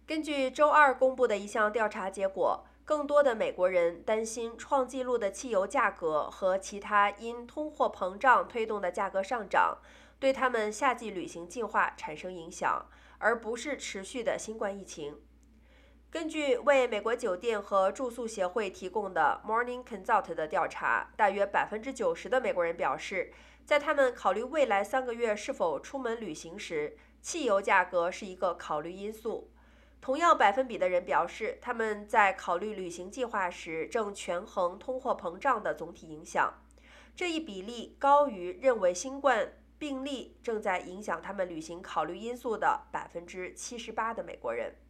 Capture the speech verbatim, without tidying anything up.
根据周二公布的一项调查结果，更多的美国人担心创纪录的汽油价格和其他因通货膨胀推动的价格上涨对他们夏季旅行计划产生影响，而不是持续的新冠疫情。根据为美国酒店和住宿协会提供的 Morning Consult 的调查，大约百分之九十的美国人表示，在他们考虑未来三个月是否出门旅行时，汽油价格是一个考虑因素。同样百分比的人表示，他们在考虑旅行计划时正权衡通货膨胀的总体影响。这一比例高于认为新冠病例正在影响他们旅行考虑因素的百分之七十八的美国人。